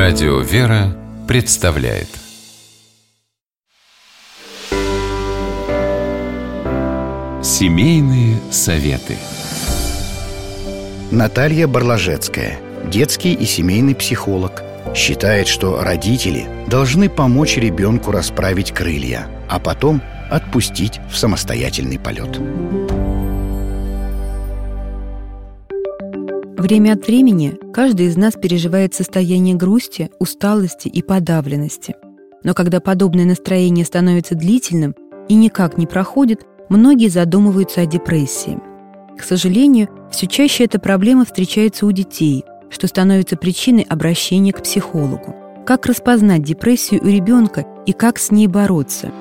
Радио «Вера» представляет Семейные советы. Наталья Барлажецкая, детский и семейный психолог, считает, что родители должны помочь ребенку расправить крылья, а потом отпустить в самостоятельный полет. Время от времени каждый из нас переживает состояние грусти, усталости и подавленности. Но когда подобное настроение становится длительным и никак не проходит, многие задумываются о депрессии. К сожалению, все чаще эта проблема встречается у детей, что становится причиной обращения к психологу. Как распознать депрессию у ребенка и как с ней бороться?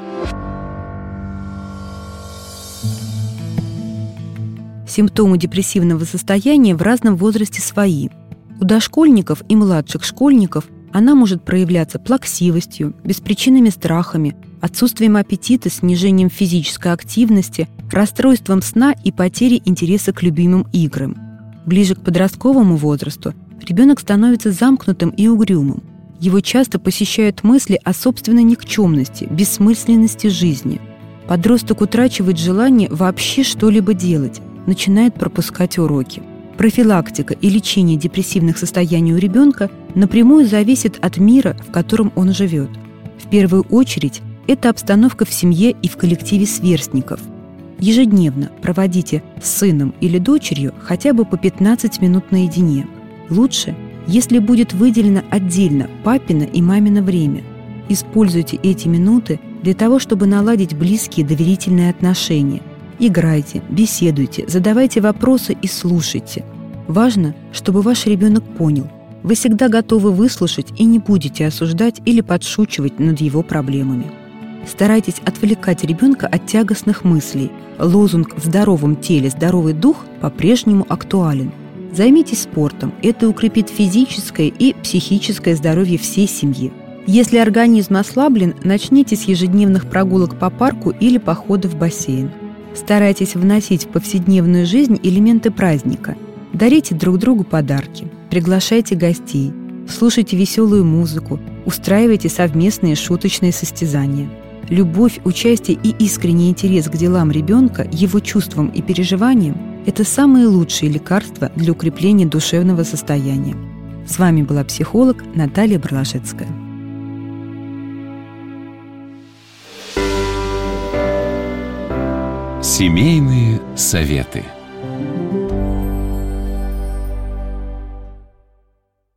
Симптомы депрессивного состояния в разном возрасте свои. У дошкольников и младших школьников она может проявляться плаксивостью, беспричинными страхами, отсутствием аппетита, снижением физической активности, расстройством сна и потерей интереса к любимым играм. Ближе к подростковому возрасту ребенок становится замкнутым и угрюмым. Его часто посещают мысли о собственной никчемности, бессмысленности жизни. Подросток утрачивает желание вообще что-либо делать, начинает пропускать уроки. Профилактика и лечение депрессивных состояний у ребенка напрямую зависит от мира, в котором он живет. В первую очередь, это обстановка в семье и в коллективе сверстников. Ежедневно проводите с сыном или дочерью хотя бы по 15 минут наедине. Лучше, если будет выделено отдельно папино и мамино время. Используйте эти минуты для того, чтобы наладить близкие доверительные отношения. Играйте, беседуйте, задавайте вопросы и слушайте. Важно, чтобы ваш ребенок понял, вы всегда готовы выслушать и не будете осуждать или подшучивать над его проблемами. Старайтесь отвлекать ребенка от тягостных мыслей. Лозунг «В здоровом теле здоровый дух» по-прежнему актуален. Займитесь спортом, это укрепит физическое и психическое здоровье всей семьи. Если организм ослаблен, начните с ежедневных прогулок по парку или похода в бассейн. Старайтесь вносить в повседневную жизнь элементы праздника. Дарите друг другу подарки, приглашайте гостей, слушайте веселую музыку, устраивайте совместные шуточные состязания. Любовь, участие и искренний интерес к делам ребенка, его чувствам и переживаниям – это самые лучшие лекарства для укрепления душевного состояния. С вами была психолог Наталья Барлажецкая. Семейные советы.